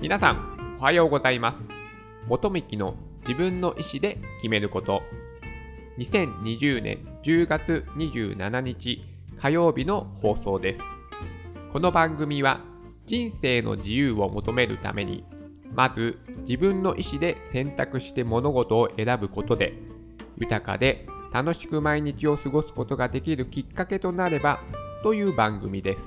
皆さん、おはようございます。元幹の自分の意思で決めること。2020年10月27日火曜日の放送です。この番組は人生の自由を求めるために、まず自分の意思で選択して物事を選ぶことで、豊かで楽しく毎日を過ごすことができるきっかけとなればという番組です。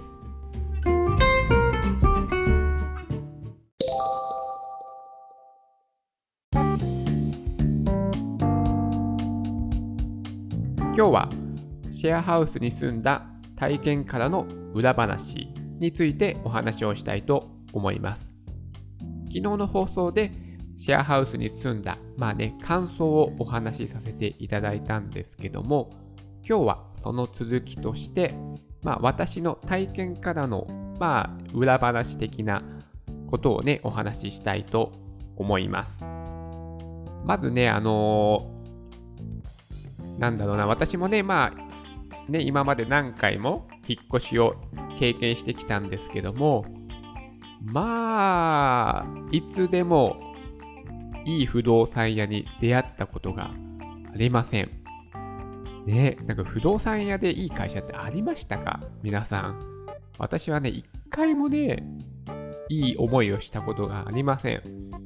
今日はシェアハウスに住んだ体験からの裏話についてお話をしたいと思います。昨日の放送でシェアハウスに住んだ感想をお話しさせていただいたんですけども、今日はその続きとして私の体験からの裏話的なことをお話ししたいと思います。まず私も今まで何回も引っ越しを経験してきたんですけども、いつでもいい不動産屋に出会ったことがありません。不動産屋でいい会社ってありましたか？皆さん。私は一回もいい思いをしたことがありません。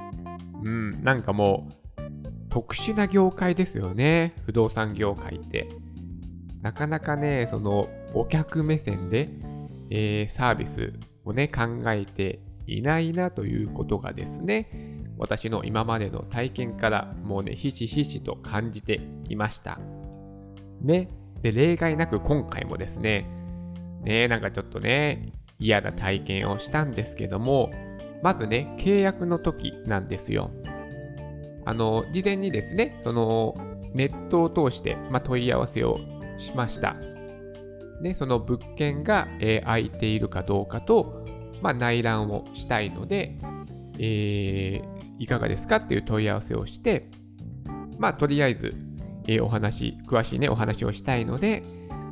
もう特殊な業界ですよね、不動産業界って。なかなかお客目線で、サービスを考えていないなということがですね、私の今までの体験からもうひしひしと感じていました。で、例外なく今回もですね、ちょっと嫌な体験をしたんですけども、まず契約の時なんですよ。事前にですね、ネットを通して問い合わせをしました。で、その物件が、空いているかどうかと、内覧をしたいので、いかがですかっていう問い合わせをして、とりあえず、詳しいお話をしたいので、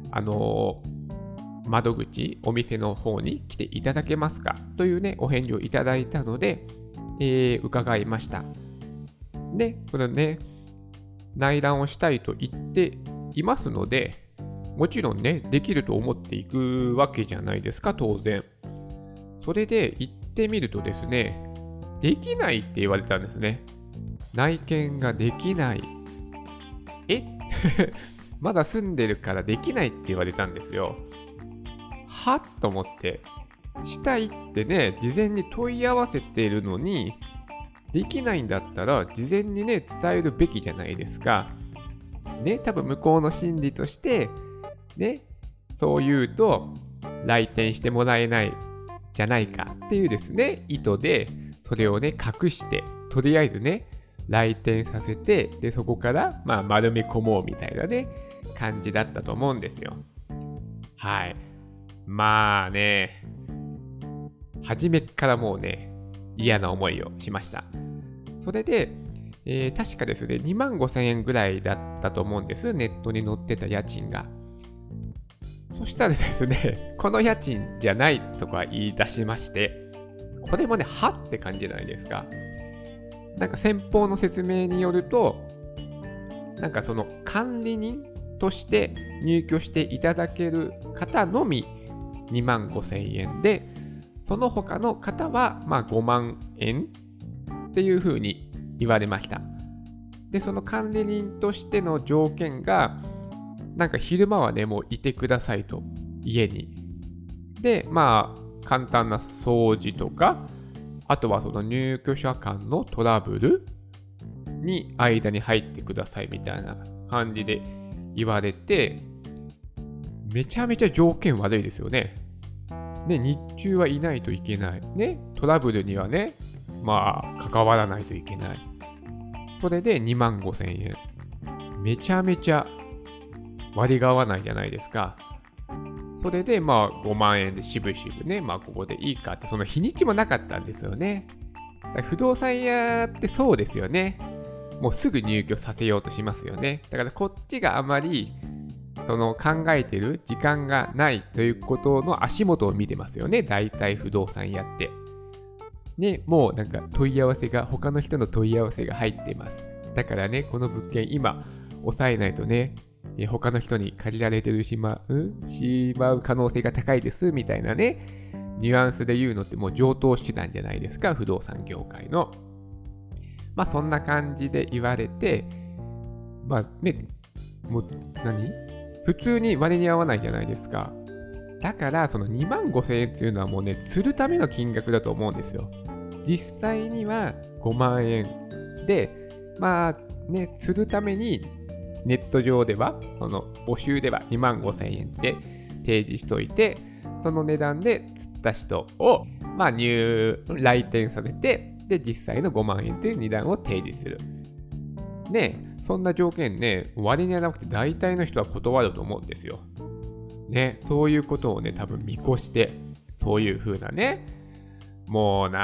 窓口、お店の方に来ていただけますかというお返事をいただいたので、伺いました。で、この内覧をしたいと言っていますので、もちろんできると思っていくわけじゃないですか、当然。それで行ってみるとですね、できないって言われたんですね。内見ができない。まだ住んでるからできないって言われたんですよ。はっと思って、したいって事前に問い合わせているのに、できないんだったら事前に伝えるべきじゃないですか。多分向こうの心理としてそう言うと来店してもらえないじゃないかっていうですね、意図でそれを隠してとりあえず来店させて、でそこから丸め込もうみたいな感じだったと思うんですよ。はい。初めっからもう嫌な思いをしました。それで、確かですね、25,000円ぐらいだったと思うんです。ネットに載ってた家賃が。そしたらですね、この家賃じゃないとか言い出しまして、これもはって感じじゃないですか。先方の説明によると、その管理人として入居していただける方のみ25,000円で、その他の方は5万円っていう風に言われました。で、その管理人としての条件が、昼間はもういてくださいと、家に。で、簡単な掃除とか、あとはその入居者間のトラブルに間に入ってくださいみたいな感じで言われて、めちゃめちゃ条件悪いですよね。日中はいないといけない。トラブルには関わらないといけない。それで25,000円。めちゃめちゃ割が合わないじゃないですか。それで5万円で渋々ここでいいかって、その日にちもなかったんですよね。不動産屋ってそうですよね。もうすぐ入居させようとしますよね。だからこっちがあまり考えてる時間がないということの足元を見てますよね。大体不動産屋って。 ね、もうなんか他の人の問い合わせが入っています。だからね、この物件今、抑えないとね、他の人に借りられてしまう可能性が高いですみたいなね、ニュアンスで言うのってもう常套手段じゃないですか、不動産業界の。まあそんな感じで言われて、まあね、もう普通に割に合わないじゃないですか。だからその2万5千円っていうのはもうね、釣るための金額だと思うんですよ。実際には5万円で、まあね、釣るためにネット上では、この募集では2万5千円で提示しといて、その値段で釣った人を、まあ来店させて、で、実際の5万円という値段を提示する。ね、そんな条件ね、割にはなくて大体の人は断ると思うんですよ。ね、そういうことをね、多分見越して、そういう風なね、もう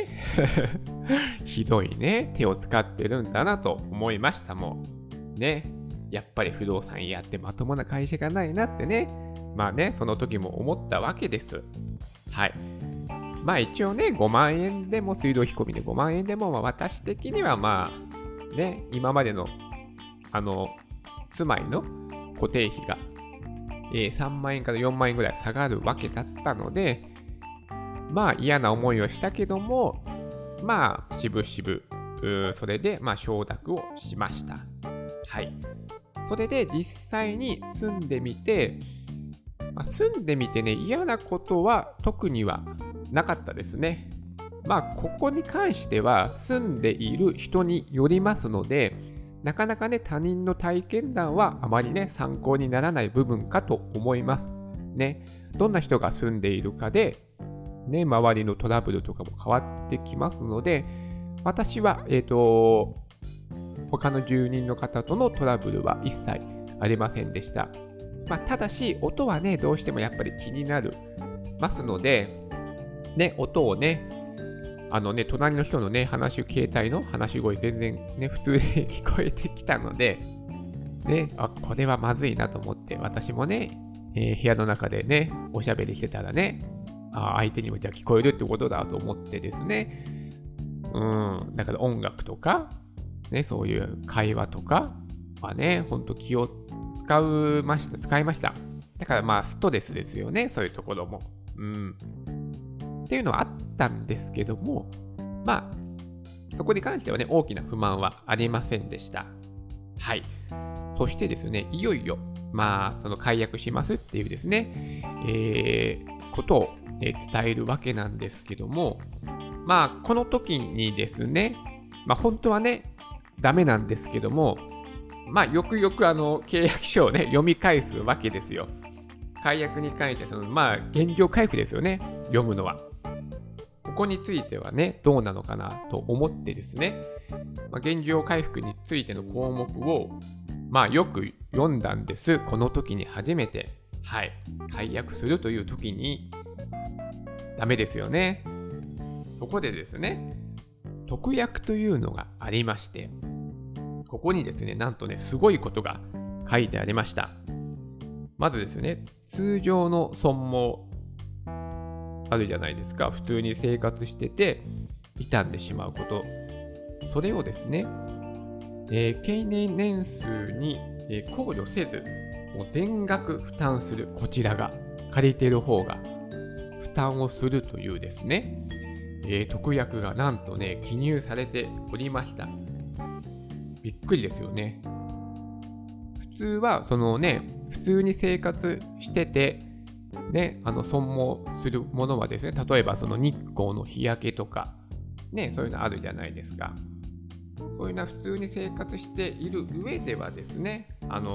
ひどいね、手を使ってるんだなと思いましたもん。ね、やっぱり不動産やってまともな会社がないなってね、まあね、その時も思ったわけです。はい。まあ一応ね、5万円でも水道費込みで5万円でも、まあ私的にはまあ、ね、今までの、住まいの固定費が、3万円から4万円ぐらい下がるわけだったので、まあ嫌な思いをしたけども、まあしぶしぶ、それでまあ承諾をしました。はい。それで実際に住んでみて、ね、嫌なことは特にはなかったですね。まあここに関しては住んでいる人によりますので、なかなかね、他人の体験談はあまりね、参考にならない部分かと思います。ね、どんな人が住んでいるかで、ね、周りのトラブルとかも変わってきますので、私は、他の住人の方とのトラブルは一切ありませんでした。まあ、ただし、音はね、どうしてもやっぱり気になるますので、ね、音をね、隣の人のね、携帯の話し声全然ね、普通に聞こえてきたので、ね、これはまずいなと思って、私もね、部屋の中でね、おしゃべりしてたらね、相手にもじゃあ聞こえるってことだと思ってですね、だから音楽とか、ね、そういう会話とかはね、ほんと気を使いました。だからまあ、ストレスですよね、そういうところも。っていうのはあったんですけども、まあ、そこに関してはね、大きな不満はありませんでした。はい。そしてですね、いよいよ、まあ、その解約しますっていうですね、ことを、伝えるわけなんですけども、まあ、この時にですね、まあ、本当はね、ダメなんですけども、まあ、よくよく契約書をね、読み返すわけですよ。解約に関して、まあ、現状回復ですよね、読むのは。ここについてはね、どうなのかなと思ってですね、まあ、現状回復についての項目を、まあ、よく読んだんです。この時に初めて、はい、解約するという時に、ダメですよね。そこでですね、特約というのがありまして、ここにですね、なんとね、すごいことが書いてありました。まずですね、通常の損保あるじゃないですか。普通に生活してて傷んでしまうこと。それをですね、経年年数に考慮せず、もう全額負担する、こちらが、借りている方が負担をするというですね、特約がなんとね、記入されておりました。びっくりですよね。普通は、普通に生活してて、ね、損耗するものはですね、例えばその日光の日焼けとか、ね、そういうのあるじゃないですか。そういうのは普通に生活している上ではですね、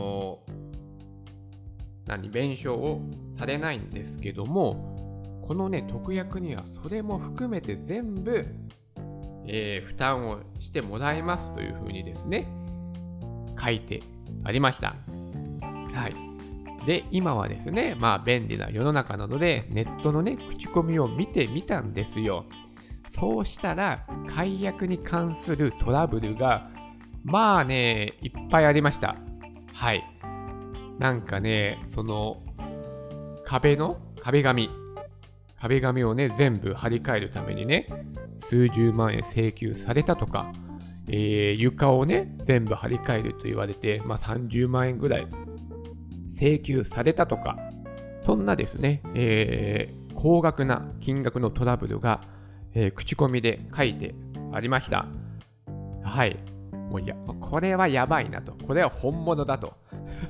弁償をされないんですけども、このね、特約にはそれも含めて全部、負担をしてもらいますというふうにですね、書いてありました。はい。で、今はですね、まあ便利な世の中なので、ネットのね、口コミを見てみたんですよ。そうしたら、解約に関するトラブルが、まあね、いっぱいありました。はい。なんかね、その、壁紙をね、全部張り替えるためにね、 数十万円請求されたとか、床をね、全部張り替えると言われて、30万円ぐらい請求されたとか、そんなですね、高額な金額のトラブルが、口コミで書いてありました。はい。もうこれはやばいなと。これは本物だと。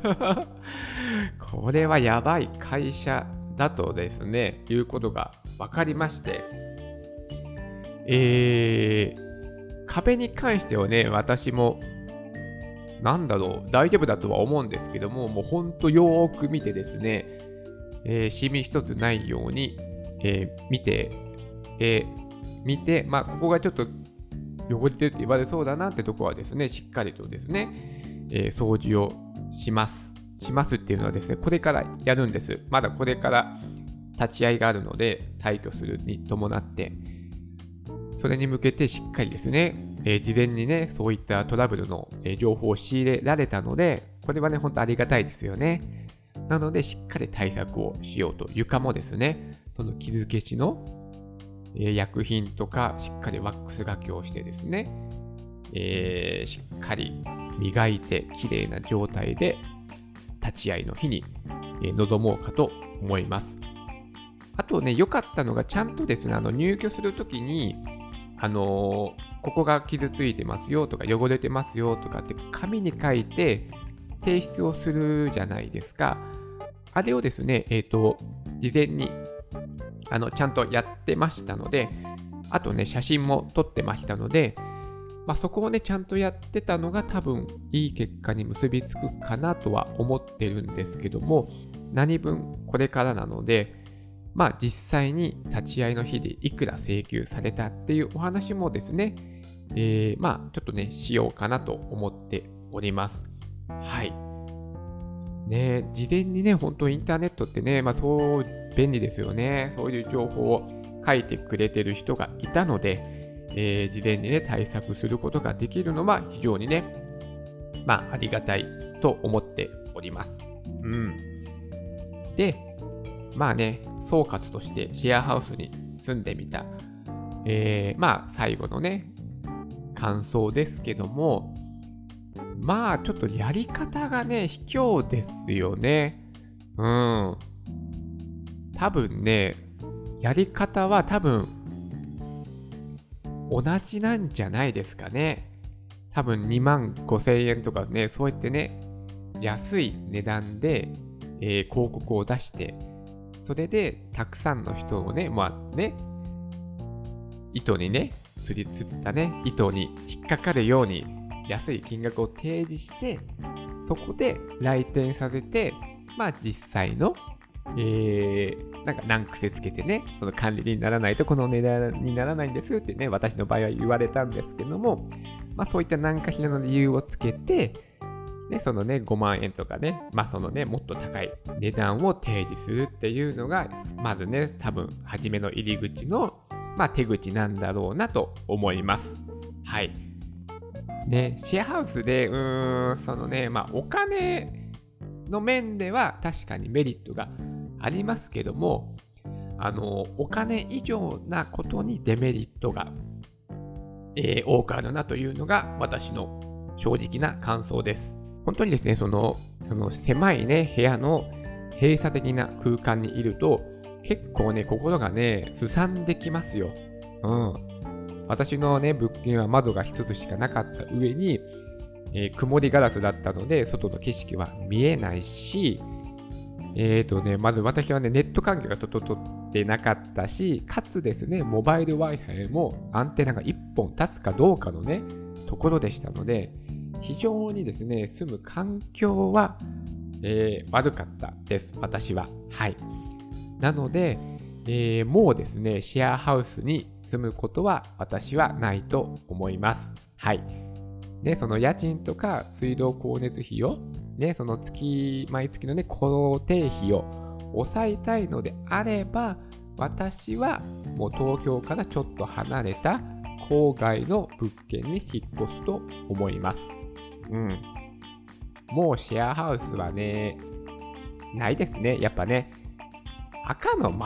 これはやばい会社だとですね、いうことが分かりまして、壁に関してはね、私も大丈夫だとは思うんですけども、もうほんとよーく見てですね、シミ一つないように、見て、ここがちょっと汚れてるって言われそうだなってとこはですね、しっかりとですね、掃除をします。しますっていうのはですね、これからやるんです。まだこれから立ち会いがあるので、退去するに伴って、それに向けてしっかりですね、事前にね、そういったトラブルの情報を仕入れられたので、これはね、本当ありがたいですよね。なので、しっかり対策をしようと。床もですね、その傷消しの薬品とか、しっかりワックスがけをしてですね、しっかり磨いて、綺麗な状態で、立ち会いの日に臨もうかと思います。あとね、良かったのが、ちゃんとですね、入居するときに、ここが傷ついてますよとか、汚れてますよとかって紙に書いて提出をするじゃないですか。あれをですね、事前にちゃんとやってましたので、あとね、写真も撮ってましたので、そこをね、ちゃんとやってたのが多分いい結果に結びつくかなとは思ってるんですけども、何分これからなので、実際に立ち会いの日でいくら請求されたっていうお話もですね、ちょっとね、しようかなと思っております。はい。ね、事前にね、本当インターネットってね、そう便利ですよね。そういう情報を書いてくれてる人がいたので、事前にね、対策することができるのは非常にね、ありがたいと思っております。うん。で、総括としてシェアハウスに住んでみた、最後のね、感想ですけども、ちょっとやり方がね、卑怯ですよね。多分ね、やり方は同じなんじゃないですかね。多分25,000円とかね、そうやってね、安い値段で、広告を出して、それでたくさんの人をね、糸にね、釣ったね、糸に引っかかるように安い金額を提示して、そこで来店させて、実際の、難癖つけてね、その管理にならないとこの値段にならないんですってね、私の場合は言われたんですけども、そういった何かしらの理由をつけて、そのね、5万円とかね、そのね、もっと高い値段を提示するっていうのが、まずね、多分、初めの入り口の、手口なんだろうなと思います。はい。ね、シェアハウスで、そのね、お金の面では確かにメリットがありますけども、お金以上なことにデメリットが、多くあるなというのが私の正直な感想です。本当にですね、その狭いね、部屋の閉鎖的な空間にいると、結構ね、心がね、すさんできますよ。私のね、物件は窓が一つしかなかった上に、曇りガラスだったので、外の景色は見えないし、まず私はね、ネット環境が整ってなかったし、かつですね、モバイル Wi-Fi もアンテナが1本立つかどうかのね、ところでしたので、非常にですね、住む環境は、悪かったです、私は。はい。なので、もうですね、シェアハウスに住むことは私はないと思います。はい。ね、その家賃とか水道光熱費を、ね、その毎月のね、固定費を抑えたいのであれば、私はもう東京からちょっと離れた郊外の物件に引っ越すと思います。もうシェアハウスはね、ないですね。やっぱね、赤の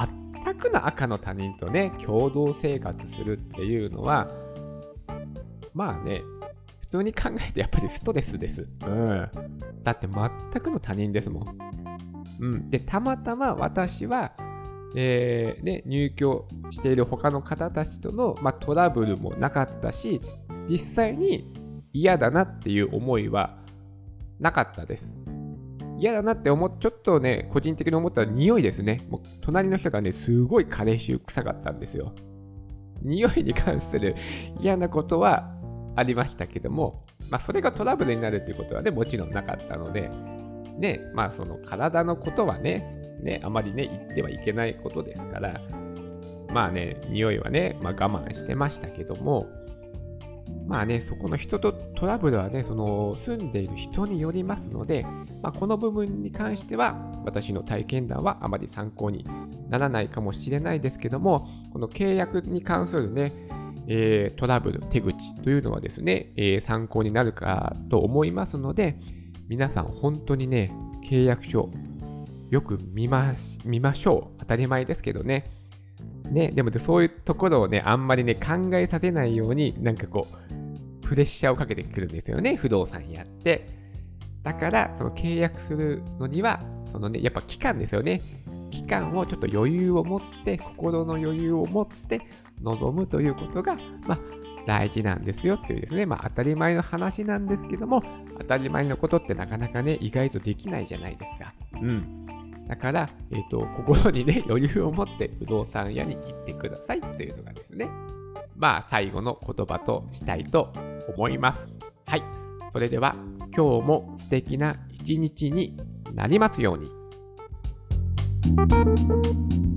全くの赤の他人とね、共同生活するっていうのは、まあね、普通に考えてやっぱりストレスです。だって全くの他人ですもん。で、たまたま私は、入居している他の方たちとの、トラブルもなかったし、実際に嫌だなっていう思いはなかったです。嫌だなってちょっとね、個人的に思ったら匂いですね。もう隣の人がね、すごい加齢臭臭かったんですよ。匂いに関する嫌なことはありましたけども、それがトラブルになるっていうことはね、もちろんなかったので、ね、その体のことはね、あまりね、言ってはいけないことですから、匂いはね、我慢してましたけども、そこの人とトラブルはね、その住んでいる人によりますので、この部分に関しては、私の体験談はあまり参考にならないかもしれないですけども、この契約に関するね、トラブル、手口というのはですね、参考になるかと思いますので、皆さん本当にね、契約書、よく見ましょう。当たり前ですけどね。でもそういうところをね、あんまりね、考えさせないように、プレッシャーをかけてくるんですよね、不動産やって。だから、その契約するのには、やっぱ期間ですよね。期間をちょっと余裕を持って、心の余裕を持って臨むということが、大事なんですよっていうですね、当たり前の話なんですけども、当たり前のことってなかなかね、意外とできないじゃないですか。だから、心にね、余裕を持って不動産屋に行ってくださいっていうのがですね、最後の言葉としたいと思います。はい。それでは、今日も素敵な一日になりますように。